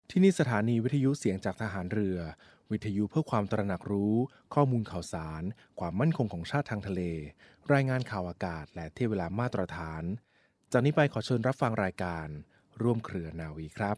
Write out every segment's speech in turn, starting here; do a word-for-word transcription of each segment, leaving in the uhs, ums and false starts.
ที่นี่สถานีวิทยุเสียงจากทหารเรือวิทยุเพื่อความตระหนักรู้ข้อมูลข่าวสารความมั่นคงของชาติทางทะเลรายงานข่าวอากาศและเที่ยวเวลามาตรฐานจากนี้ไปขอเชิญรับฟังรายการร่วมเครือนาวีครับ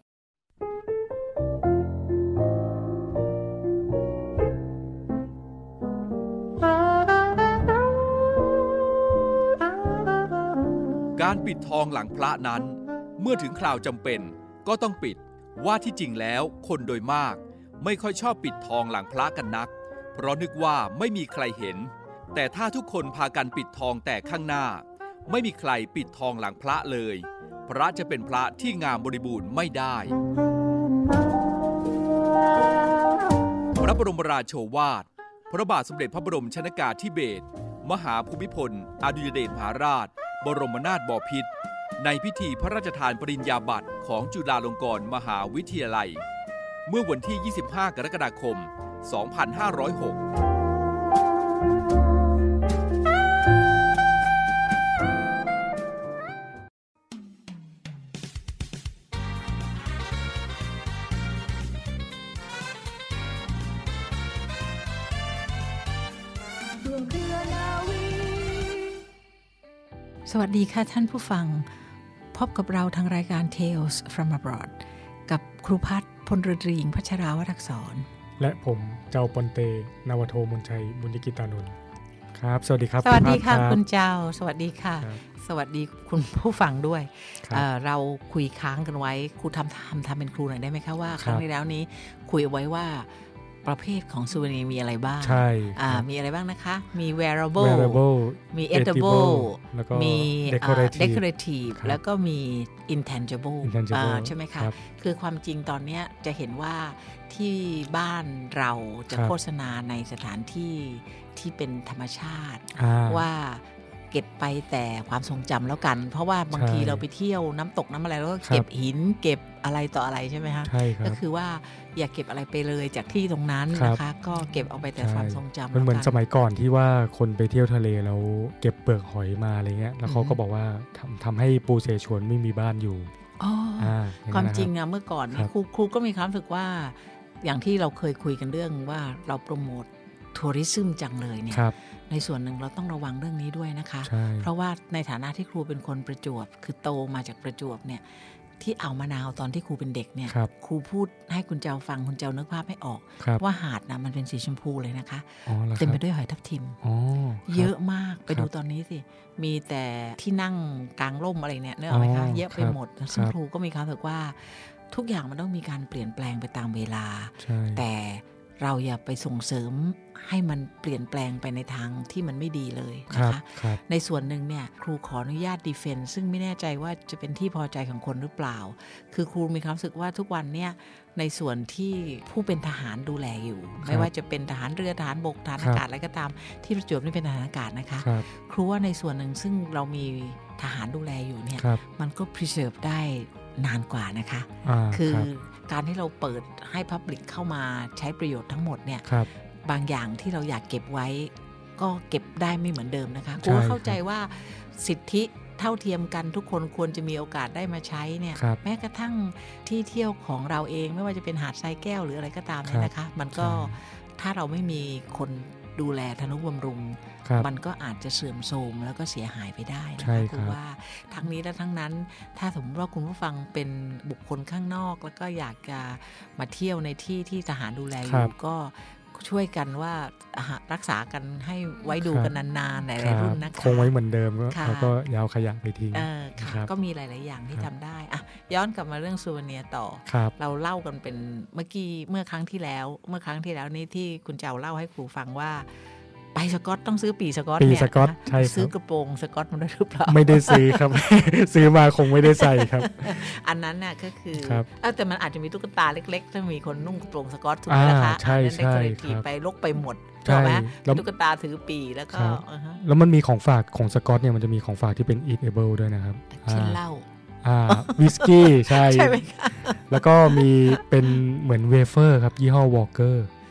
การปิดทองหลังพระนั้นเมื่อถึงคราวจำเป็นก็ต้องปิดว่าที่จริงแล้วคนโดยมากไม่ค่อยชอบปิดทองหลังพระกันนักเพราะนึกว่าไม่มีใครเห็นแต่ถ้าทุกคนพากันปิดทองแต่ข้างหน้าไม่มีใครปิดทองหลังพระเลยพระจะเป็นพระที่งามบริบูรณ์ไม่ได้พระบรมราโชวาทพระบาทสมเด็จพระบรมชนกาธิเบศรมหาภูมิพลอดุลยเดชมหาราชบรมนาถบพิตรในพิธีพระราชทานปริญญาบัตรของจุฬาลงกรณ์มหาวิทยาลัยเมื่อวันที่ยี่สิบห้ากรกฎาคมสองพันห้าร้อยหกสวัสดีค่ะท่านผู้ฟังพบกับเราทางรายการ Tales from Abroad กับครูพัฒน์พลเรือตรีหญิงพัชราวรักษรและผมเจ้าปนเตนาวโทมนชัยบุญยกิตานนท์ครับสวัสดีครับสวัสดีค่ะคุณเจ้าสวัสดีค่ะสวัสดีคุณผู้ฟังด้วย เ, เราคุยค้างกันไว้ครูทำทำทำเป็นครูหน่อยได้ไหมคะว่าครั้งที่แล้วนี้คุยไว้ว่าประเภทของซูเวเนียร์มีอะไรบ้างใช่มีอะไรบ้างนะคะมี wearable, wearable มี edible แล้วก็มี decorative, decorative แล้วก็มี intangible, intangible ใช่ไหมคะคือความจริงตอนนี้จะเห็นว่าที่บ้านเราจะโฆษณาในสถานที่ที่เป็นธรรมชาติว่าเก็บไปแต่ความทรงจำแล้วกันเพราะว่าบางทีเราไปเที่ยวน้ำตกน้ำอะไรแล้วก็เก็บหินเก็บอะไรต่ออะไรใช่ไหมคะก็คือว่าอย่าเก็บอะไรไปเลยจากที่ตรงนั้นนะคะก็เก็บเอาไปแต่ความทรงจำมันเหมือนสมัยก่อนที่ว่าคนไปเที่ยวทะเลแล้วเก็บเปลือกหอยมาอะไรเงี้ยแล้วเขาก็บอกว่าทำทำให้ปูเสฉวนไม่มีบ้านอยู่อ๋อความจริงอะเมื่อก่อนครูครูก็มีความรู้สึกว่าอย่างที่เราเคยคุยกันเรื่องว่าเราโปรโมททัวริซึมจังเลยเนี่ยในส่วนหนึ่งเราต้องระวังเรื่องนี้ด้วยนะคะเพราะว่าในฐานะที่ครูเป็นคนประจวบคือโตมาจากประจวบเนี่ยที่อ่าวมะนาวตอนที่ครูเป็นเด็กเนี่ย ค, ครูพูดให้คุณเจ้าฟังคุณเจ้านึกภาพไม่ออกว่าหาดนะมันเป็นสีชมพูเลยนะคะเต็มไปด้วยหอยทับทิมเยอะมากไปดูตอนนี้สิมีแต่ที่นั่งกลางร่มอะไรเนี่ยนึกออกไหมคะเยอะไปหมดซึ่งครูก็มีความรู้สึกว่าทุกอย่างมันต้องมีการเปลี่ยนแปลงไปตามเวลาแต่เราอย่าไปส่งเสริมให้มันเปลี่ยนแปลงไปในทางที่มันไม่ดีเลยนะคะในส่วนหนึ่งเนี่ยครูขออนุญาตดีเฟนซ์ซึ่งไม่แน่ใจว่าจะเป็นที่พอใจของคนหรือเปล่าคือครูมีความรู้สึกว่าทุกวันเนี่ยในส่วนที่ผู้เป็นทหารดูแลอยู่ไม่ว่าจะเป็นทหารเรือทหารบกทหารอากาศอะไรก็ตามที่ประจวบนี่เป็นทหารอากาศนะคะครูว่าในส่วนหนึ่งซึ่งเรามีทหารดูแลอยู่เนี่ยมันก็ preserve ได้นานกว่านะคะคือการที่เราเปิดให้ Public เข้ามาใช้ประโยชน์ทั้งหมดเนี่ยบางอย่างที่เราอยากเก็บไว้ก็เก็บได้ไม่เหมือนเดิมนะคะกูเข้าใจว่าสิทธิเท่าเทียมกันทุกคนควรจะมีโอกาสได้มาใช้เนี่ยแม้กระทั่งที่เที่ยวของเราเองไม่ว่าจะเป็นหาดทรายแก้วหรืออะไรก็ตามเนี่ยนะคะมันก็ถ้าเราไม่มีคนดูแลทนุบำรุงมันก็อาจจะเสื่อมโทรมแล้วก็เสียหายไปได้นะคะคือว่าทั้งนี้และทั้งนั้นถ้าสมมติว่าคุณผู้ฟังเป็นบุคคลข้างนอกแล้วก็อยากจะมาเที่ยวในที่ที่ทหารดูแลอยู่ก็ช่วยกันว่ารักษากันให้ไว้ดูกันนานๆหลายๆรุ่นนะคะคงไว้เหมือนเดิมแล้วก็ยาวขยะไปทิ้งก็มีหลายๆอย่างที่ทำได้อะย้อนกลับมาเรื่องซูเวเนียร์ต่อเราเล่ากันเป็นเมื่อกี้เมื่อครั้งที่แล้วเมื่อครั้งที่แล้วนี่ที่คุณเจ้าเล่าให้ครูฟังว่าไปสกอตต้องซื้อปีสกอตเนี่ยปีสกอตใช่ครับซื้อกระโปรงสกอตมาด้วยหรือเปล่าไม่ได้ซื้อครับ ซื้อมาคงไม่ได้ใส่ครับอันนั้นน่ะก็คือเออแต่มันอาจจะมีตุ๊กตาเล็กๆถ้ามีคนนุ่งกระโปรงสกอตถูกไหมล่ะคะอันนั้นได้กระเทียไปลกไปหมดถูกไหมตุ๊กตาถือปีแล้วก็แล้วมันมีของฝากของสกอตเนี่ยมันจะมีของฝากที่เป็น eatable ด้วยนะครับเช่นเหล้าอ่าวิสกี้ใช่ใช่ไหมคะแล้วก็มีเป็นเหมือนเวเฟอร์ครับยี่ห้อวอลเกอร์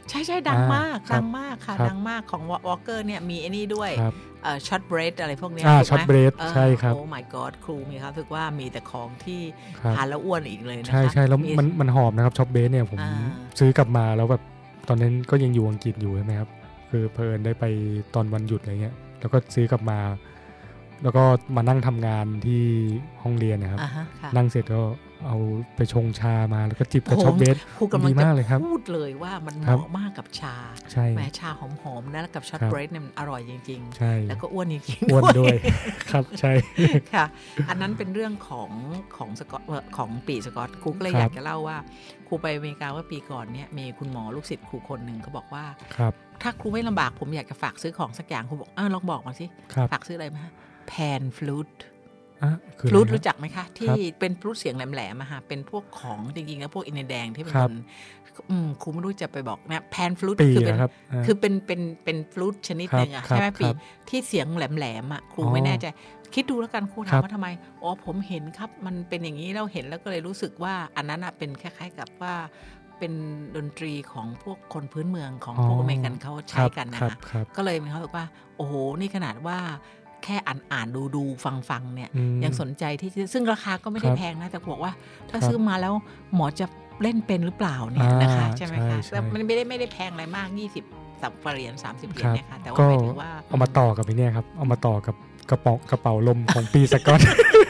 ใช่ๆดังมากดังมากค่ะดังมากของวอลเกอร์เนี่ยมีไอ้นี่ด้วยเอ่อช็อตเบรดอะไรพวกนี้อ่าช็อตเบรดใช่ครับโอ้ my god ครูมีครับรู้สึกว่ามีแต่ของที่ทานแล้วอ้วนอีกเลยนะคะใช่ใช่แล้วมันมันหอมนะครับช็อตเบรดเนี่ยผมซื้อกลับมาแล้วแบบตอนนั้นก็ยังอยู่อังกฤษอยู่ใช่ไหมครับคือเพลินได้ไปตอนวันหยุดอะไรเงี้ยแล้วก็ซื้อกลับมาแล้วก็มานั่งทำงานที่ห้องเรียนนะครับนั่งเสร็จก็เอาไปชงชามาแล้วก็จิบกับช็อตเบสดีมากเลยครับพูดเลยว่ามันเหมาะมากกับชาแม้ชาหอมๆนะแล้วกับช็อตเบรดเนี่ยมันอร่อยจริงๆแล้วก็อ้วนจริงๆอ้วนด้วยครับใช่ค่ะอันนั้นเป็นเรื่องของของสกอตของปีสกอตครูก็เลยอยากจะเล่าว่าครูไปอเมริกาว่าปีก่อนเนี่ยมีคุณหมอลูกศิษย์ครูคนหนึ่งเขาบอกว่าถ้าครูไม่ลำบากผมอยากจะฝากซื้อของสักอย่างครูบอกอ้าวลองบอกมาสิฝากซื้ออะไรมาแพนฟลูตฟลูตรู้จักไหมคะที่เป็นฟลูตเสียงแหลมๆอะค่ะเป็นพวกของจริงๆแล้วพวกอินเดียแดงที่เป็นคนครูไม่รู้จะไปบอกนะแพนฟลูตคือเป็นคือเป็นเป็นเป็นฟลูตชนิดหนึ่งอะใช่ไหมปีที่เสียงแหลมๆอะครูไม่แน่ใจคิดดูแล้วกันครูถามว่าทำไมอ๋อผมเห็นครับมันเป็นอย่างนี้เราเห็นแล้วก็เลยรู้สึกว่าอันนั้นอะเป็นคล้ายๆกับว่าเป็นดนตรีของพวกคนพื้นเมืองของพวกอเมริกันเขาใช้กันนะคะก็เลยมีเขาบอกว่าโอ้โหนี่ขนาดว่าแค่อ่านอ่านดูดูฟังฟังเนี่ยยังสนใจที่ซึ่งราคาก็ไม่ได้แพงนะแต่บอกว่าถ้าซื้อมาแล้วหมอจะเล่นเป็นหรือเปล่าเนี่ยนะคะใช่ไหมคะแต่มันไม่ได้ไม่ได้แพงอะไรมากยี่สิบสับเหรียญสามสิบเหรียญนะคะแต่ว่าหมายถึงว่าเอามาต่อกับไอ้นี่ครับเอามาต่อกับกระเป๋ากระเป๋าลมของปีสกอต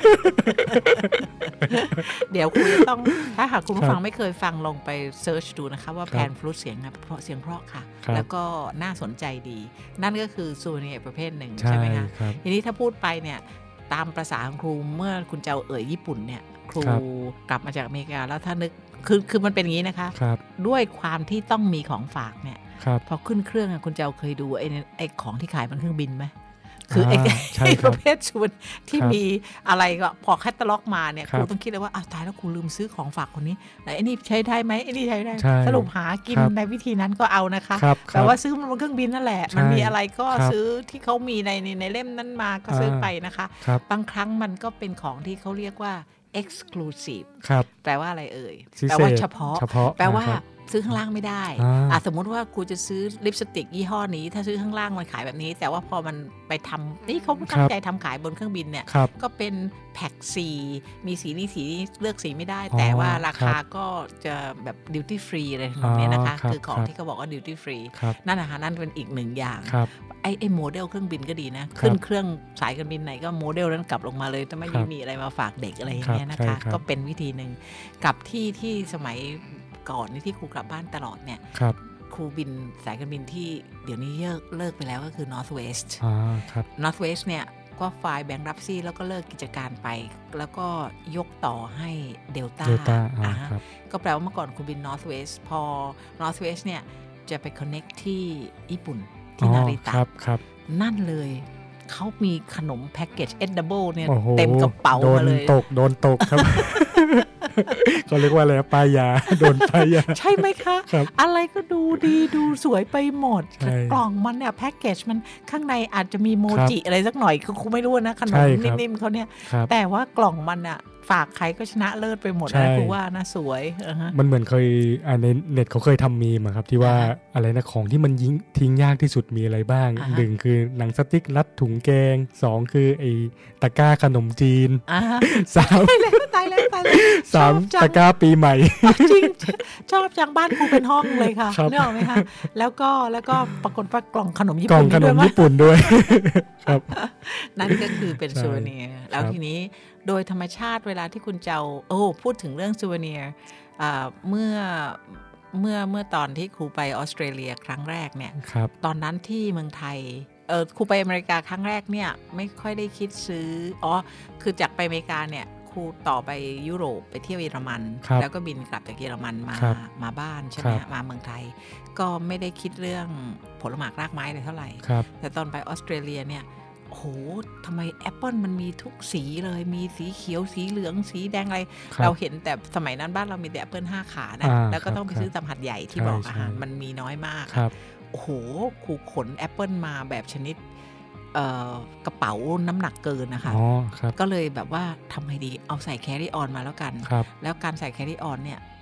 เดี๋ยวคุณจะต้องถ้าหากคุณผู้ฟังไม่เคยฟังลงไปเซิร์ชดูนะคะว่าแพนฟลูตเสียงเพราะเสียงเพราะค่ะแล้วก็น่าสนใจดีนั่นก็คือซูเนียร์ประเภทหนึ่งใช่ไหมคะทีนี้ถ้าพูดไปเนี่ยตามประสาของครูเมื่อคุณเจ้าเอ๋ยญี่ปุ่นเนี่ยครูกลับมาจากอเมริกาแล้วถ้านึกคือคือมันเป็นอย่างนี้นะคะด้วยความที่ต้องมีของฝากเนี่ยพอขึ้นเครื่องคุณเจ้าเคยดูไอ้ไอ้ของที่ขายบนเครื่องบินไหมคือไอ้ประเภทชุดที่มีอะไรก็พอแคตตาล็อกมาเนี่ยครูต้องคิดเลยว่าอ้าวตายแล้วครูลืมซื้อของฝากคนนี้ไหนไอ้นี่ใช้ได้ไหมไอ้นี่ใช้ได้สรุปหากินในวิธีนั้นก็เอานะคะแต่ว่าซื้อมันบนเครื่องบินนั่นแหละมันมีอะไรก็ซื้อที่เขามีในในเล่มนั้นมาก็ซื้อไปนะคะบางครั้งมันก็เป็นของที่เขาเรียกว่า exclusive แปลว่าอะไรเอ่ยแปลว่าเฉพาะแปลว่าซื้อข้างล่างไม่ได้อ่ะสมมุติว่าครูจะซื้อลิปสติกยี่ห้อนี้ถ้าซื้อข้างล่างมันขายแบบนี้แต่ว่าพอมันไปทำนี่เขาตั้งใจทำขายบนเครื่องบินเนี่ยก็เป็นแพ็คสีมีสีนี้สีนี้เลือกสีไม่ได้แต่ว่าราคาก็จะแบบดิวตี้ฟรีอะไรแบบนี้นะคะคือของที่เขาบอกว่าดิวตี้ฟรีนั่นนะคะนั่นเป็นอีกหนึ่งอย่างไอ้ไอ้โมเดลเครื่องบินก็ดีนะขึ้นเครื่องสายการบินไหนก็โมเดลนั้นกลับลงมาเลยถ้าไม่มีอะไรมาฝากเด็กอะไรอย่างเงี้ยนะคะก็เป็นวิธีหนึ่งกับที่ที่สมัยก่อนนี่ที่ครูกลับบ้านตลอดเนี่ยครูบินสายการบินที่เดี๋ยวนี้เลิกเลิกไปแล้วก็คือ Northwest Northwest เนี่ยก็ไฟล์แบงค์รับซี่แล้วก็เลิกกิจการไปแล้วก็ยกต่อให้ Delta ก็แปลว่าเมื่อก่อนครูบิน Northwest พอ Northwest เนี่ยจะไป connect ที่ญี่ปุ่นที่นาริตะนั่นเลยเขามีขนมแพ็กเกจ เอส ดับเบิล เนี่ยเต็มกระเป๋ามาเลยโดนตกโดนตกครับเขาเรียกว่าอะไรป้ายยาโดนป้ายยาใช่ไหมคะอะไรก็ดูดีดูสวยไปหมดกล่องมันเนี่ยแพ็กเกจมันข้างในอาจจะมีโมจิอะไรสักหน่อยคือคงไม่รู้นะขนมนิ่มๆเขาเนี่ยแต่ว่ากล่องมันอะฝากใครก็ชนะเลิศไปหมดนะคือว่านะสวยมันเหมือนเคยอ่าในเน็ตเขาเคยทำมีมาครับที่ว่าอะไรนะของที่มันยิงทิ้งยากที่สุดมีอะไรบ้างหนึ่งคือหนังสติ๊กรัดถุงแกงสองคือไอ้ตะกร้าขนมจีนสามตายแล้วตายแล้วตายแล้วสามตะกร้าปีใหม่จริงชอบจังบ้านครูเป็นห้องเลยค่ะนึกออกไหมคะแล้วก็แล้วก็ปรากฏว่ากล่องขนมญี่ปุ่นด้วยกล่องขนมญี่ปุ่นด้วยครับนั่นก็คือเป็นซูเวเนียร์แล้วทีนี้โดยธรรมชาติเวลาที่คุณเจ้าโอ้พูดถึงเรื่องซูเวเนียร์เมื่อเมื่อเมื่อตอนที่ครูไปออสเตรเลียครั้งแรกเนี่ยตอนนั้นที่เมืองไทยเออครูไปอเมริกาครั้งแรกเนี่ยไม่ค่อยได้คิดซื้ออ๋อคือจากไปอเมริกาเนี่ยครูต่อไปยุโรปไปเที่ยวเยอรมันแล้วก็บินกลับจากเยอรมันมามาบ้านใช่ไหมมาเมืองไทยก็ไม่ได้คิดเรื่องผลหมากรากไม้เลยเท่าไหร่แต่ตอนไปออสเตรเลียเนี่ยโอ้โหทำไมแอปเปิลมันมีทุกสีเลยมีสีเขียวสีเหลืองสีแดงอะไรเราเห็นแต่สมัยนั้นบ้านเรามีแต่แอปเปิลห้าขานะแล้วก็ต้องไปซื้อตามหัดใหญ่ที่บอกอาหารมันมีน้อยมากโอ้โหครูขนแอปเปิลมาแบบชนิดกระเป๋าน้ำหนักเกินนะคะก็เลยแบบว่าทำไงดีเอาใส่แครี่ออนมาแล้วกันแล้วการใส่แครี่ออนเนี่ย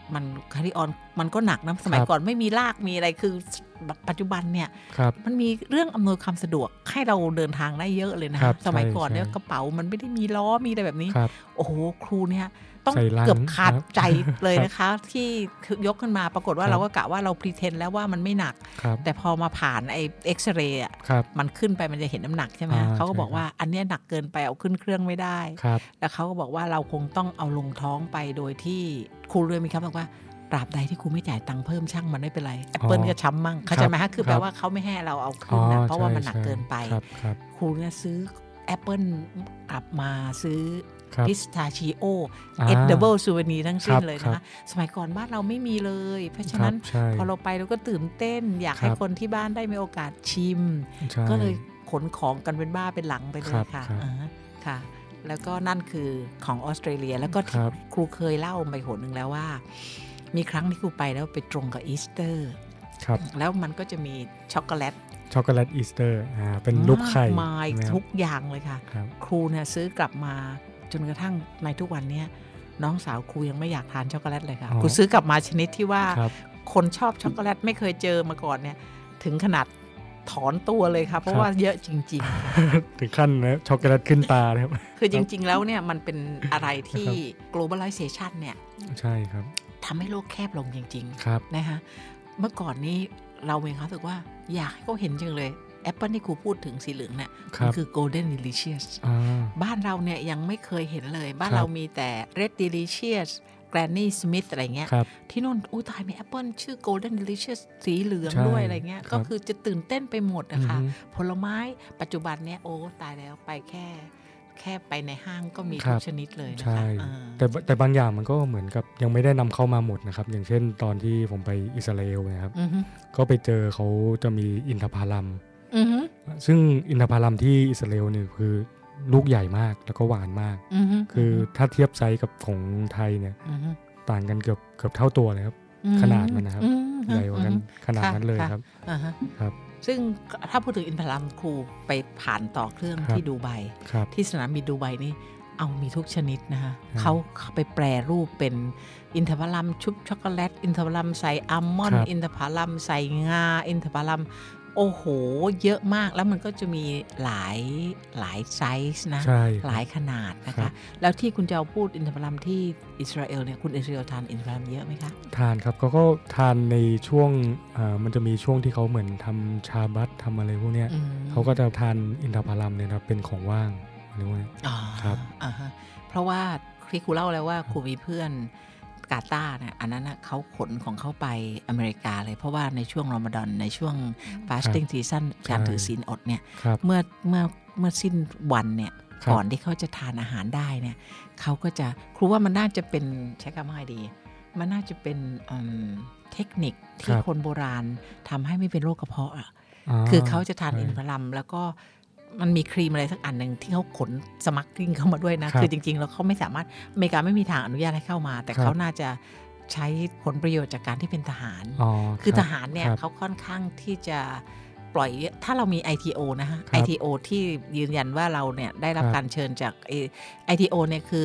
มันคาริออนมันก็หนักนะสมัยก่อนไม่มีลากมีอะไรคือปัจจุบันเนี่ยมันมีเรื่องอำนวยความสะดวกให้เราเดินทางได้เยอะเลยนะสมัยก่อนเนี่ยกระเป๋ามันไม่ได้มีล้อมีอะไรแบบนี้โอ้โหครูเนี่ยต้องเกือบขาดใจเลยนะคะที่ยกขึ้นมาปรากฏว่าเราก็กะว่าเราพรีเทนแล้วว่ามันไม่หนักแต่พอมาผ่านไอ้เอ็กซเรย์มันขึ้นไปมันจะเห็นน้ำหนักใช่ไหมเขาก็บอกว่าอันนี้หนักเกินไปเอาขึ้นเครื่องไม่ได้แล้วเขาก็บอกว่าเราคงต้องเอาลงท้องไปโดยที่ครูเลยมีคำบอกว่าตราบใดที่ครูไม่จ่ายตังค์เพิ่มช่างมันไม่เป็นไรแอปเปิลก็ช้ำมั่งเข้าใจไหมฮะคือแปลว่าเขาไม่ให้เราเอาขึ้นนะเพราะว่ามันหนักเกินไปครูเนี่ยซื้อแอปเปิลกลับมาซื้อพิสตาชิโอเอ็ดดับเบิลซูเวนีทั้งสิ้นเลยนะคะสมัยก่อนบ้านเราไม่มีเลยเพราะฉะนั้นพอเราไปเราก็ตื่นเต้นอยากให้คนที่บ้านได้มีโอกาสชิมก็เลยขนของกันเป็นบ้าเป็นหลังไปเลยค่ะค่ะแล้วก็นั่นคือของออสเตรเลียแล้วก็ครูเคยเล่าไปหนหนึ่งแล้วว่ามีครั้งที่ครูไปแล้วไปตรงกับอีสเตอร์แล้วมันก็จะมีช็อกโกแลตช็อกโกแลตอีสเตอร์อ่าเป็นรูปไข่มาทุกอย่างเลยค่ะครูเนี่ยซื้อกลับมาจนกระทั่งในทุกวันนี้น้องสาวครูยังไม่อยากทานช็อกโกแลตเลยค่ะครูซื้อกลับมาชนิดที่ว่าคนชอบช็อกโกแลตไม่เคยเจอมาก่อนเนี่ยถึงขนาดถอนตัวเลยค่ะเพราะว่าเยอะจริงๆถึงขั้นนะช็อกโกแลตขึ้นตาครับคือจริงๆแล้วเนี่ยมันเป็นอะไรที่ globalization เนี่ยใช่ครับทำให้โลกแคบลงจริงๆนะคะเมื่อก่อนนี้เราเองเขาสึกว่าอยากให้เขาเห็นจังเลยแอปเปิลที่ครูพูดถึงสีเหลืองเนี่ยมันคือ golden delicious บ้านเราเนี่ยยังไม่เคยเห็นเลยบ้านเรามีแต่ red delicious Granny Smith อะไรเงี้ยที่นู่นอู้ตายมีแอปเปิลชื่อ golden delicious สีเหลืองด้วยอะไรเงี้ยก็คือจะตื่นเต้นไปหมดนะคะผลไม้ปัจจุบันเนี่ยโอ้ตายแล้วไปแค่แค่ไปในห้างก็มีทุกชนิดเลยนะคะแต่แต่บางอย่างมันก็เหมือนกับยังไม่ได้นำเข้ามาหมดนะครับอย่างเช่นตอนที่ผมไปอิสราเอลนะครับก็ไปเจอเขาจะมีอินทผลัมซึ่งอินทผลัมที่อิสราเอลเนี่ยคือลูกใหญ่มากแล้วก็หวานมากคือถ้าเทียบไซส์กับของไทยเนี่ยต่างกันเกือบเกือบเท่าตัวเลยครับขนาดมันนะครับใหญ่กว่ากันขนาดนั้นเลยครับครับซึ่งถ้าพูดถึงอินทผลัมครูไปผ่านต่อเครื่องที่ดูไบที่สนามบินดูไบนี่เอามีทุกชนิดนะคะเขาไปแปรรูปเป็นอินทผลัมชุบช็อกโกแลตอินทผลัมใส่อัลมอนด์อินทผลัมใส่งาอินทผลัมโอ้โหเยอะมากแล้วมันก็จะมีหลายหลายไซส์นะหลายขนาดนะคะแล้วที่คุณเจ้าพูดอินทผลัมที่อิสราเอลเนี่ยคุณอิสราเอลทานอินทผลัมเยอะไหมคะทานครับเขาก็ทานในช่วงมันจะมีช่วงที่เขาเหมือนทำชาบัตทำอะไรพวกเนี้ยเขาก็จะทานอินทผลัมเนี่ยครับเป็นของว่างหรือว่าครับเพราะว่าที่ครูเล่าแล้วว่าครูมีเพื่อนกาตาร์เนี่ยอันนั้นนะเขาขนของเขาไปอเมริกาเลยเพราะว่าในช่วงรอมฎอนในช่วง fasting season การถือศีลอดเนี่ยเมื่อเมื่อเมื่อสิ้นวันเนี่ยก่อนที่เขาจะทานอาหารได้เนี่ยเขาก็จะครูว่ามันน่าจะเป็นใช้คำว่าดีมันน่าจะเป็นเทคนิคที่คนโบราณทำให้ไม่เป็นโรคกระเพาะอ่ะคือเขาจะทานอินทผลัมแล้วก็มันมีครีมอะไรสักอันหนึ่งที่เขาขนสมัครกิ้งเข้ามาด้วยนะคือจริงๆแล้วเขาไม่สามารถอเมริกาไม่มีทางอนุญาตให้เข้ามาแต่เขาน่าจะใช้ผลประโยชน์จากการที่เป็นทหารคือทหารเนี่ยเขาค่อนข้างที่จะปล่อยถ้าเรามี ไอ ที โอ นะฮะ ไอ ที โอ ที่ยืนยันว่าเราเนี่ยได้รับการเชิญจาก ไอ ที โอ เนี่ยคือ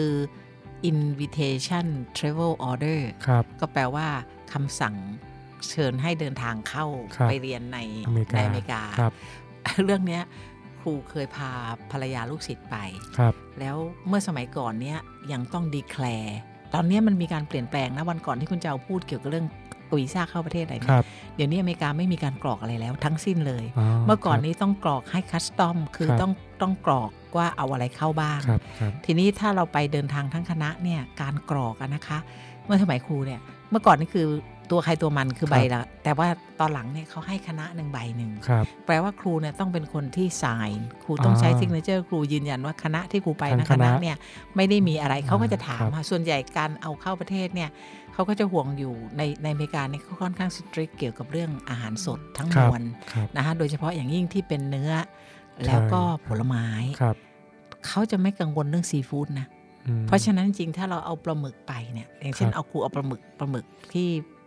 invitation travel order ก็แปลว่าคำสั่งเชิญให้เดินทางเข้าไปเรียนในในอเมริกาเรื่องนี้ครูเคยพาภรรยาลูกศิษย์ไปแล้วเมื่อสมัยก่อนเนี้ยยังต้องดีแคลร์ตอนนี้มันมีการเปลี่ยนแปลงนะวันก่อนที่คุณเจ้าพูดเกี่ยวกับเรื่องวีซ่าเข้าประเทศอะไรเนี่ยเดี๋ยวนี้อเมริกาไม่มีการกรอกอะไรแล้วทั้งสิ้นเลยเมื่อก่อนนี้ต้องกรอกให้คัสตอมคือต้องต้องกรอกว่าเอาอะไรเข้าบ้างทีนี้ถ้าเราไปเดินทางทั้งคณะเนี่ยการกรอกนะคะเมื่อสมัยครูเนี่ยเมื่อก่อนนี่คือตัวใครตัวมันคือใบละแต่ว่าตอนหลังเนี่ยเขาให้คณะหนึ่งใบหนึ่งแปลว่าครูเนี่ยต้องเป็นคนที่ไซน์ครูต้องใช้ซิกเนเจอร์ครูยืนยันว่าคณะที่ครูไปนะคณะเนี่ยไม่ได้มีอะไรเขาก็จะถามส่วนใหญ่การเอาเข้าประเทศเนี่ยเขาก็จะห่วงอยู่ในในอเมริกาเนี่ยเขาค่อนข้างสตริกเกี่ยวกับเรื่องอาหารสดทั้งมวลนะคะโดยเฉพาะอย่างยิ่งที่เป็นเนื้อแล้วก็ผลไม้เขาจะไม่กังวลเรื่องซีฟู้ดนะเพราะฉะนั้นจริงถ้าเราเอาปลาหมึกไปเนี่ยอย่างเช่นเอาครูเอาปลาหมึกปลาหมึกที่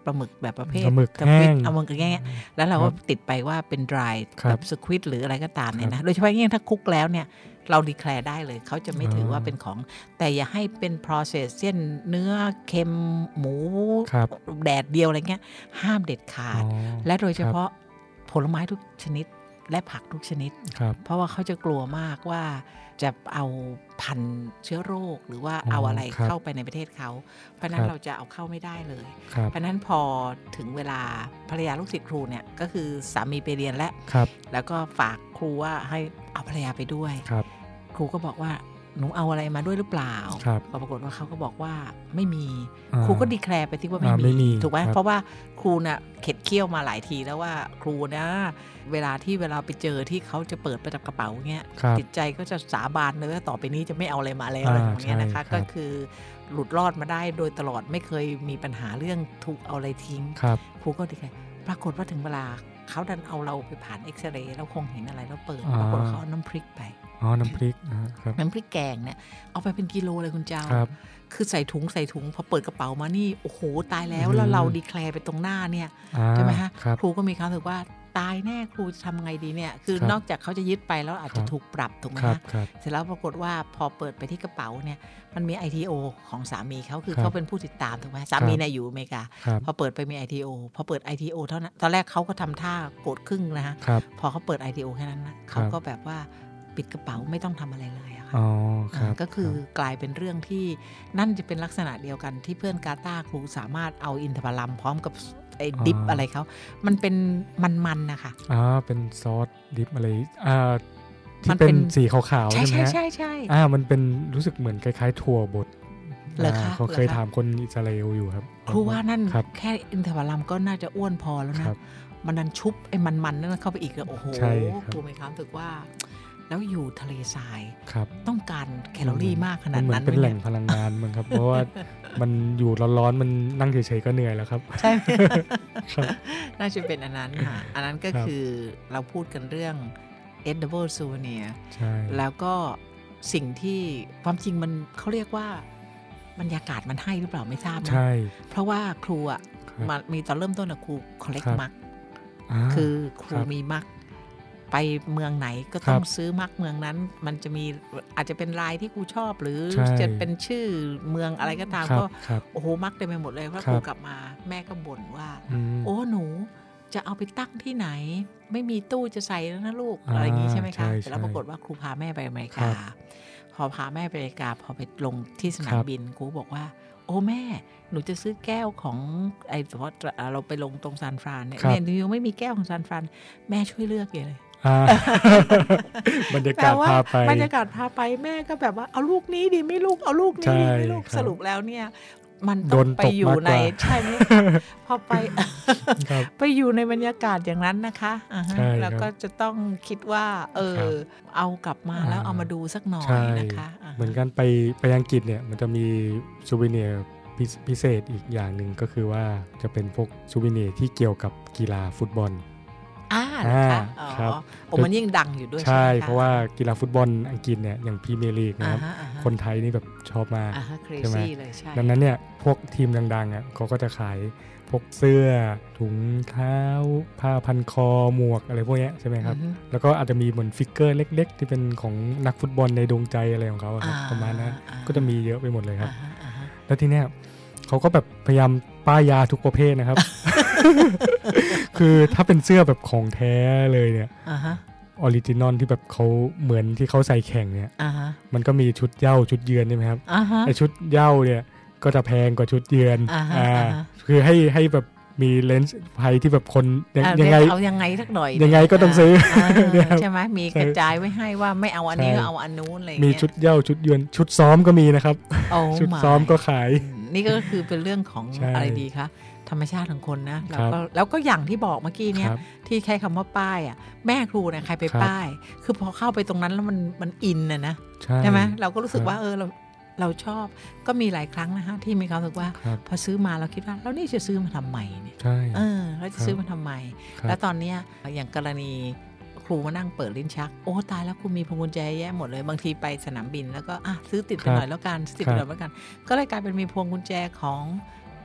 ปลาหมึกแบบประเภทปลาหมึกสควิดแห้งเอาหมึกแห้งแล้วเราก็ติดไปว่าเป็น dry ครับแบบสควิดหรืออะไรก็ตามเนี่ยนะโดยเฉพาะยิ่งถ้าคุกแล้วเนี่ยเราดีแคลร์ได้เลยเขาจะไม่ถือว่าเป็นของแต่อย่าให้เป็น process เช่นเนื้อเค็มหมูครับแดดเดียวอะไรเงี้ยห้ามเด็ดขาดอ๋อและโดยเฉพาะผลไม้ทุกชนิดและผักทุกชนิดครับเพราะว่าเขาจะกลัวมากว่าจะเอาพันธุ์เชื้อโรคหรือว่าอ๋อเอาอะไรครับเข้าไปในประเทศเขาเพราะฉะนั้นครับเราจะเอาเข้าไม่ได้เลยครับเพราะฉะนั้นพอถึงเวลาภรรยาลูกศิษย์ครูเนี่ยก็คือสามีไปเรียนแล้วครับแล้วก็ฝากครูว่าให้เอาภรรยาไปด้วยครับครูก็บอกว่าหนูเอาอะไรมาด้วยหรือเปล่าครับปรากฏว่าเขาก็บอกว่าไม่มีอ่าครูก็ดีแคลร์ไปที่ว่าไม่อ่าไม่มีถูกไหมครับเพราะว่าครูน่ะเข็ดเคี้ยวมาหลายทีแล้วว่าครูนะเวลาที่เวลาไปเจอที่เขาจะเปิดประจำกระเป๋าเงี้ยครับจิตใจก็จะสาบานเลยว่าต่อไปนี้จะไม่เอาอะไรมาแล้วอะไรอ่าแบบเนี้ยนะคะใช่ครับก็คือหลุดรอดมาได้โดยตลอดไม่เคยมีปัญหาเรื่องถูกเอาอะไรทิ้งครับครูก็ดีแคลร์ปรากฏว่าถึงเวลาเขาดันเอาเราไปผ่านเอ็กซเรย์แล้วคงเห็นอะไรแล้วเปิดอ่าปรากฏเขาเอาน้ำพริกไปอ๋อน้ำพริกอ่าครับน้ำพริกแกงเนี่ยเอาไปเป็นกิโลเลยคุณเจ้าครับคือใส่ถุงใส่ถุงพอเปิดกระเป๋ามานี่โอ้โหตายแล้วอืมแล้วเราดีแคลร์ไปตรงหน้าเนี่ยอ่าใช่ไหมฮะครับครูก็มีความรู้สึกว่าตายแน่ครูจะทำไงดีเนี่ยคือครับนอกจากเขาจะยึดไปแล้วอาจจะครับถูกปรับถูกไหมครับฮะครับเสร็จแล้วปรากฏว่าพอเปิดไปที่กระเป๋าเนี่ยมันมี ไอ ที โอ ของสามีเขาคือครับเขาเป็นผู้ติดตามถูกไหมสามีเนี่ยอยู่อเมริกาครับพอเปิดไปมี ไอ ที โอ พอเปิด ไอ ที โอ เท่านั้นตอนแรกเขาก็ทำท่าโกรธครึ่งนะฮะครับพอเขาเปิด ไอ ที โอ แค่นั้นนะเขาก็แบบว่าปิดกระเป๋าไม่ต้องทำอะไรเลยอะค่ะอ๋อครับก็คือกลายเป็นเรื่องที่นั่นจะเป็นลักษณะเดียวกันที่เพื่อนกาตาร์ครูสามารถเอาอินทผลัมพร้อมกับไอ้ดิปอะไรเขามันเป็นมันๆนะคะอ๋อเป็นซอสดิปอะไรอ่ามัที่นเป็เป็น นสีขาวๆใช่ใช่ไหมใช่ฮะใช่ใช่อ่ามันเป็นรู้สึกเหมือนคล้ายๆถั่วบดเหรอคะาเขาเคยเหรอคะถามคนอิสราเอลอยู่ครับครูว่านั่นครับแค่อินทผลัมก็น่าจะอ้วนพอแล้วนะครับ มันดันชุบไอ้มันๆนั่นเข้าไปอีกเลยโอ้โหใช่ครับครูมีความรู้สึกว่า แล้วอยู่ทะเลทรายครับต้องการแคลอรี่มากขนาดมัเหมือนั้นนเป็นแหล่งไยพลังงานมั้งครับ เพราะว่ามันอยู่ร้อนๆมันนั่งเฉยๆก็เหนื่อยแล้วครับใช่ไหมครับน่าจะเป็นอันนั้นค่ะ อันนั้นก็ครับคือเราพูดกันเรื่อง edible souvenir ใช่แล้วก็สิ่งที่ความจริงมันเขาเรียกว่าบรรยากาศมันให้หรือเปล่าไม่ทราบนะใช่เพราะว่าครูอ่ะครับมามีตอนเริ่มต้นอะครู collect ครับมักาคือครูครับมีมักไปเมืองไหนก็ครับต้องซื้อมักเมืองนั้น มันจะมีอาจจะเป็นลายที่ครูชอบหรือใช่จะเป็นชื่อเมืองอะไรก็ตามครับก็ครับโอ้โหมักเต็มไปหมดเลยเพราะครัคบรูกลับมาแม่ก็บ่นว่าอืมโอ้หนูจะเอาไปตั้งที่ไหน ไม่มีตู้จะใส่แล้วนะลูกอ่าอะไรอย่างนี้ใช่ไหมใช่คะใช่เสร็จแล้วปรากฏว่าครูพาแม่ไปอเมริครักาบพอพาแม่ไปอเมริกาพอไปลงที่สนาคมรับบินครูบอกว่า โอ้แม่หนูจะซื้อแก้วของไอ้เฉพาะเราไปลงตรงซานฟรานเนี่ยครับเนี่ยหนูยังไม่มีแก้วของซานฟรานแม่ช่วยเลือกเลยอ่า บรรยากาศพาไปบรรยากาศพาไปแม่ก็แบบว่าเอาลูกนี้ดีไหม่ลูกเอาลูกนี้ใช่ดีไหม่ลูกครับสรุปแล้วเนี่ย มันโดต้องนไปตกอยู่มากกว่าในใช่ไหมพอไปครับไปอยู่ในบรรยากาศอย่างนั้นนะคะอ่าฮะใช่ครับแล้วก็จะต้องคิดว่า เออครับเอากลับมาแล้วอ่าเอามาดูสักหน่อยใช่นะคะาฮะเหมือนกันไปไปอังกฤษเนี่ยมันจะมีซูเวเนียร์พิพิเศษอีกอย่างหนึ่งก็คือว่าจะเป็นพวกซูเวเนียร์ที่เกี่ยวกับกีฬาฟุตบอลอ่าเหรอคะอ่าอ๋อครับโอ้มันยิ่งดังอยู่ด้วยใช่ใช่ไหมคเพราะว่ากีฬาฟุตบอลอังกฤษเนี่ยอย่างพรีเมียร์ลีกนะครับอ่าฮะอ่าฮะคนไทยนี่แบบชอบมากอ่าฮะใช่ไหม crazy เลยใช่ดังนั้นเนี่ยพวกทีมดังๆอ่ะเขาก็จะขายพวกเสื้อถุงเท้า ผ้าพันคอหมวกอะไรพวกเนี้ยใช่ไหมครับอือฮึแล้วก็อาจจะมีเหมือนฟิกเกอร์เล็กๆ ที่เป็นของนักฟุตบอลในดวงใจอะไรของเขาอะครับอ่าประมาณนั้นอ่าก็จะมีเยอะไปหมดเลยครับอ่าฮะอ่าฮะแล้วทีเนี้ยเขาก็แบบพยายามป้ายยาทุกประเภทนะครับ คือถ้าเป็นเสื้อแบบของแท้เลยเนี่ยอ่าฮะออริจินอลที่แบบเขาเหมือนที่เขาใส่แข่งเนี่ยอ่าฮะมันก็มีชุดเหย้าชุดเยือนใช่ไหมครับอ่าฮะไอชุดเหย้าเนี่ยก็จะแพงกว่าชุดเยือนอ่าฮะอ่าอ่าฮะคือให้ให้แบบมีเลนส์ภัยที่แบบคนยังอ่ะยังไงเอายังไงสักหน่อยยังไงก็ต้องซื้ออ่าเนี่ยครับใช่ไหมมีกระจายไว้ให้ว่าไม่เอาอันนี้ใช่ก็เอาอันนู้นอะไรอย่างมีเงี้ยชุดเหย้าชุดเยือนชุดซ้อมก็มีนะครับโอ้ชุด my ซ้อมก็ขายนี่ก็คือเป็นเรื่องของใช่อะไรดีคะธรรมชาติของคนนะแล้วครับก็แล้วก็อย่างที่บอกเมื่อกี้เนี่ยครับที่ใช้คำว่าป้ายอ่ะแม่ครูเนี่ยใครไปครับป้าย คือพอเข้าไปตรงนั้นแล้วมันมันอินนะนะใช่ใช่ไหมเราก็รู้สึกครับว่าเออเราเราชอบก็มีหลายครั้งนะฮะที่มีความรู้สึกว่าครับพอซื้อมาเราคิดว่าแล้วนี่จะซื้อมาทำไมเนี่ยใช่เออเราจะซื้อมาทำไมครับแล้วตอนเนี้ยอย่างกรณีครูมานั่งเปิดลิ้นชักโอ้ตายแล้วครูมีพวงกุญแจแย่หมดเลยบางทีไปสนามบินแล้วก็อ่ะซื้อติดไปหน่อยแล้วกันซื้อติดไปหน่อยแล้วกัน ก็เลยกลายเป็นมีพวงกุญแจของ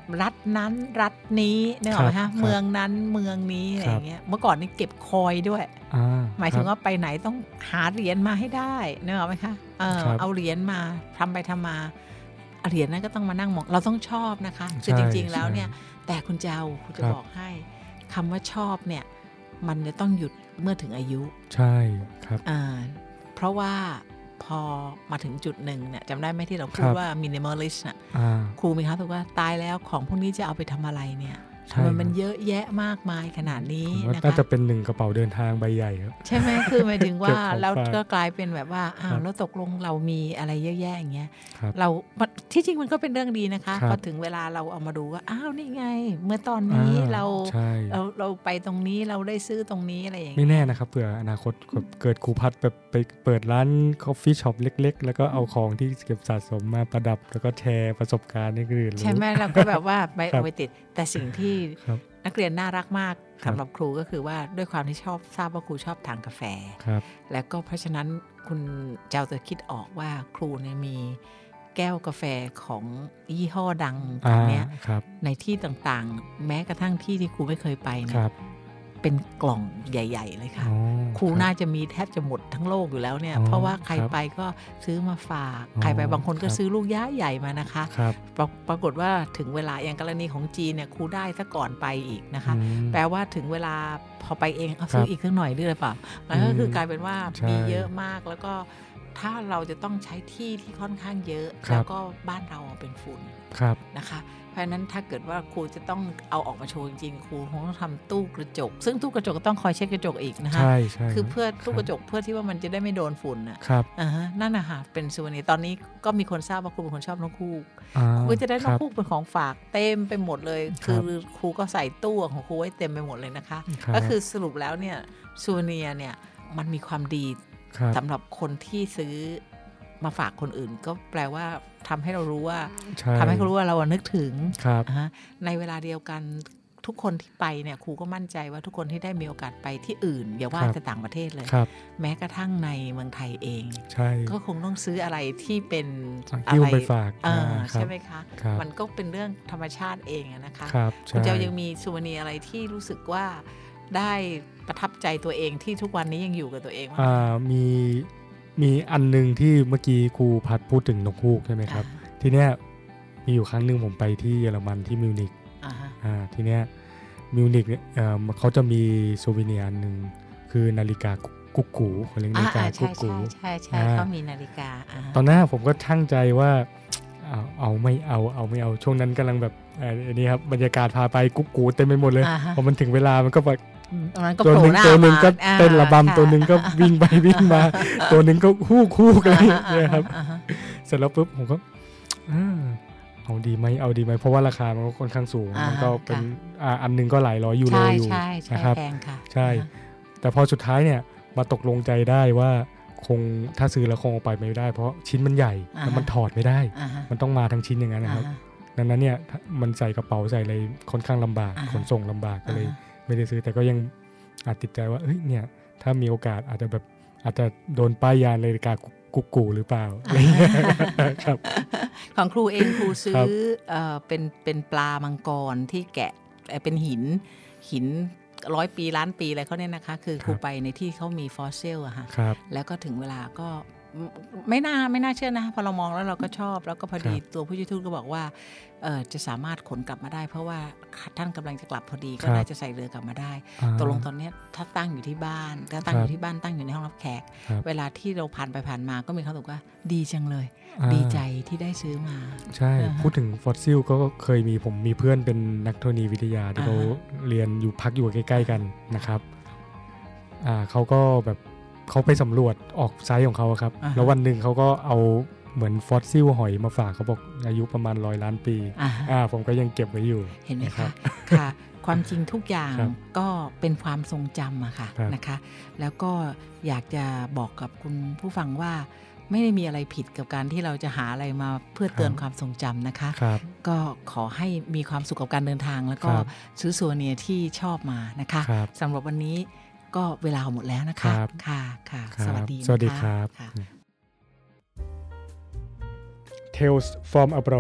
รัฐนั้นรัฐนี้นึกออกไหมฮะเมืองนั้นเมืองนี้อะไรอย่างเงี้ยเมื่อก่อนนี่เก็บคอยด้วยหมายถึงว่าไปไหนต้องหาเหรียญมาให้ได้นึกออกไหมคะเออเอาเหรียญมาทำไปทำมาเหรียญนั้นก็ต้องมานั่งมองเราต้องชอบนะคะคือจริงๆแล้วเนี่ยแต่คุณเจ้าคุณจะบอกให้คำว่าชอบเนี่ยมันจะต้องหยุดเมื่อถึงอายุใช่ครับอ่าเพราะว่าพอมาถึงจุดหนึ่งเนี่ยจำได้ไหมที่เราพูดว่า minimalist น่ะครูมีครับถูกว่าตายแล้วของพวกนี้จะเอาไปทำอะไรเนี่ยมันมันเยอะแยะมากมายขนาดนี้นะคะน่าจะเป็นหนึ่งกระเป๋าเดินทางใบใหญ่ครับใช่ไหมคือหมายถึงว่าแล้วก็กลายเป็นแบบว่าอ้าวแล้วตกลงเรามีอะไรเยอะแยะอย่างเงี้ยเราที่จริงมันก็เป็นเรื่องดีนะคะพอถึงเวลาเราเอามาดูว่าอ้าวนี่ไงเมื่อตอนนี้เราเราเราไปตรงนี้เราได้ซื้อตรงนี้อะไรอย่างเงี้ยไม่แน่นะครับเผื่ออนาคตเกิดครูพัดแบบไปเปิดร้านคอฟฟี่ช็อปเล็กๆแล้วก็เอาของที่เก็บสะสมมาประดับแล้วก็แชร์ประสบการณ์ให้คนอื่นใช่ไหมเราก็แบบว่าไปเอาไปติดแต่สิ่งที่นักเรียนน่ารักมากสำหรับครูก็คือว่าด้วยความที่ชอบทราบว่าครูชอบทานกาแฟแล้วก็เพราะฉะนั้นคุณเจ้าจะคิดออกว่าครูเนี่ยมีแก้วกาแฟของยี่ห้อดังตรงนี้ในที่ต่างๆแม้กระทั่งที่ที่ครูไม่เคยไปเนี่ยเป็นกล่องใหญ่ๆเลยค่ะครูน่าจะมีแทบจะหมดทั้งโลกอยู่แล้วเนี่ยเพราะว่าใครไปก็ซื้อมาฝากใครไปบางคนก็ซื้อลูกย้าใหญ่มานะคะปรากฏว่าถึงเวลาอย่างกรณีของจีนเนี่ยครูได้ซะก่อนไปอีกนะคะแปลว่าถึงเวลาพอไปเองเอาซื้ออีกสักหน่อยหรือเปล่าแล้วก็คือกลายเป็นว่ามีเยอะมากแล้วก็ถ้าเราจะต้องใช้ที่ที่ค่อนข้างเยอะแล้วก็บ้านเราเป็นฝุ่นนะคะเพราะฉะนั้นถ้าเกิดว่าครูจะต้องเอาออกมาโชว์จริงๆครูคงต้องทำตู้กระจกซึ่งตู้กระจกก็ต้องคอยเช็ดกระจกอีกนะคะคือเพื่อตู้กระจกเพื่อที่ว่ามันจะได้ไม่โดนฝุ่นอ่ะอ่าฮะนั่นนะคะเป็นส่วนนี้ตอนนี้ก็มีคนทราบว่าครูเป็นคนชอบนกฮูกครูจะได้นกฮูกเป็นของฝากเต็มไปหมดเลยคือครูก็ใส่ตู้ของครูไว้เต็มไปหมดเลยนะคะก็คือสรุปแล้วเนี่ยซูเนียเนี่ยมันมีความดีสำหรับคนที่ซื้อมาฝากคนอื่นก็แปลว่าทำให้เรารู้ว่าทำให้เขารู้ว่าเรานึกถึงในเวลาเดียวกันทุกคนที่ไปเนี่ยครูก็มั่นใจว่าทุกคนที่ได้มีโอกาสไปที่อื่นอย่าว่าแต่ต่างประเทศเลยแม้กระทั่งในเมืองไทยเองก็คงต้องซื้ออะไรที่เป็นอะไรไปฝากใช่ไหมคะมันก็เป็นเรื่องธรรมชาติเองนะคะคุณเจ้ายังมีซูเวเนียร์อะไรที่รู้สึกว่าได้ประทับใจตัวเองที่ทุกวันนี้ยังอยู่กับตัวเองอ่ามีมีอันนึงที่เมื่อกี้ครูพัดพูดถึงนกฮูกใช่ไหมครับทีเนี้ยมีอยู่ครั้งหนึ่งผมไปที่เยอรมันที่มิวนิกอ่าทีเนี้ยมิวนิกเนี่ยเอ่อเขาจะมีโซวิเนียร์อันนึงคือนาฬิกากุ๊กกูเขาเรียกนาฬิกากุ๊กกูใช่ใช่เขามีนาฬิกาตอนนั้นผมก็ชั่งใจว่าเอาเอาไม่เอาเอาไม่เอาช่วงนั้นกำลังแบบอันนี้ครับบรรยากาศพาไปกุ๊กกูเต็มไปหมดเลยพอมันถึงเวลามันก็แบบตัวหนึ่งตัวหนึ่งก็เต้นระบำตัวหนึ่งก็วิ่งไปวิ่งมาตัวหนึ่งก็ฮู้คู่กันเลยครับเสร็จแล้วปุ๊บผมก็เอาดีไหมเอาดีไหมเพราะว่าราคามันก็ค่อนข้างสูงมันก็เป็นอันนึงก็หลายร้อยยูโรอยู่นะครับใช่แต่พอสุดท้ายเนี่ยมาตกลงใจได้ว่าคงถ้าซื้อแล้วคงเอาไปไม่ได้เพราะชิ้นมันใหญ่แล้วมันถอดไม่ได้มันต้องมาทั้งชิ้นอย่างนั้นนะครับดังนั้นเนี่ยมันใส่กระเป๋าใส่อะไรค่อนข้างลำบากขนส่งลำบากก็เลยไม่ได้ซื้อแต่ก็ยังอาจติดใจว่าเอ้ยเนี่ยถ้ามีโอกาสอาจจะแบบอาจจะโดนป้ายยานาฬิกากุ๊กกูหรือเปล่าครับของครูเองครูซื้อเอ่อเป็นเป็นปลามังกรที่แกะเป็นหินหินร้อยปีล้านปีอะไรเขาเนี่ยนะคะคือครูไปในที่เขามีฟอสซิลอะค่ะแล้วก็ถึงเวลาก็ไม่น่าไม่น่าเชื่อนะพอเรามองแล้วเราก็ชอบแล้วก็พอดีตัวผู้ช่วยทูตก็บอกว่าจะสามารถขนกลับมาได้เพราะว่าท่านกำลังจะกลับพอดีก็น่าจะใส่เรือกลับมาได้ตกลงตอนนี้ถ้าตั้งอยู่ที่บ้านถ้าตั้งอยู่ที่บ้านตั้งอยู่ในห้องรับแขกเวลาที่เราผ่านไปผ่านมาก็มีเขาบอกว่าดีจังเลยดีใจที่ได้ซื้อมาใช่พูดถึงฟอสซิลก็เคยมีผมมีเพื่อนเป็นนักธรณีวิทยาที่เขาเรียนอยู่พักอยู่ใกล้ๆกันนะครับเขาก็แบบเขาไปสำรวจออกไซต์ของเขาครับแล้ววันหนึ่งเขาก็เอาเหมือนฟอสซิลหอยมาฝากเขาบอกอายุประมาณร้อยล้านปีอ่าผมก็ยังเก็บไว้อยู่เห็นไหมคะค่ะความจริงทุกอย่างก็เป็นความทรงจำอะค่ะนะคะแล้วก็อยากจะบอกกับคุณผู้ฟังว่าไม่ได้มีอะไรผิดกับการที่เราจะหาอะไรมาเพื่อเตือนความทรงจำนะคะก็ขอให้มีความสุขกับการเดินทางแล้วก็ซื้อซัวเนียร์ที่ชอบมานะคะสำหรับวันนี้ก็เวลาหมดแล้วนะคะค่ะค่ะสวัสดีสวัสดีครับ Tales from abroad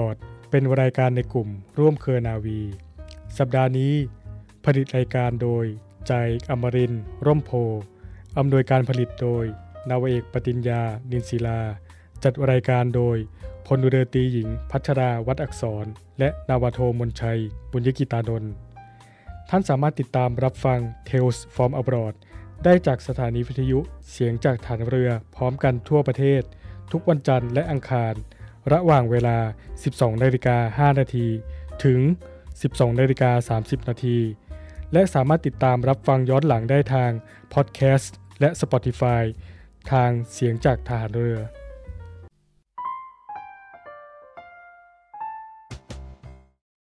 เป็นรายการในกลุ่มร่วมเครือนาวีสัปดาห์นี้ผลิตรายการโดยใจอมรินทร์ร่มโพอำนวยการผลิตโดยนาวาเอกปติญญานินศิลาจัดรายการโดยพลเรือตรีหญิงพัชราวัดอักษรและนาวาโทมนชัยบุญยกิตานนท์ท่านสามารถติดตามรับฟัง Tales from Abroad ได้จากสถานีวิทยุเสียงจากฐานเรือพร้อมกันทั่วประเทศทุกวันจันทร์และอังคารระหว่างเวลา สิบสองนาฬิกาห้านาที ถึง สิบสองนาฬิกาสามสิบนาทีและสามารถติดตามรับฟังย้อนหลังได้ทางพอดแคสต์และ Spotify ทางเสียงจากฐานเรือ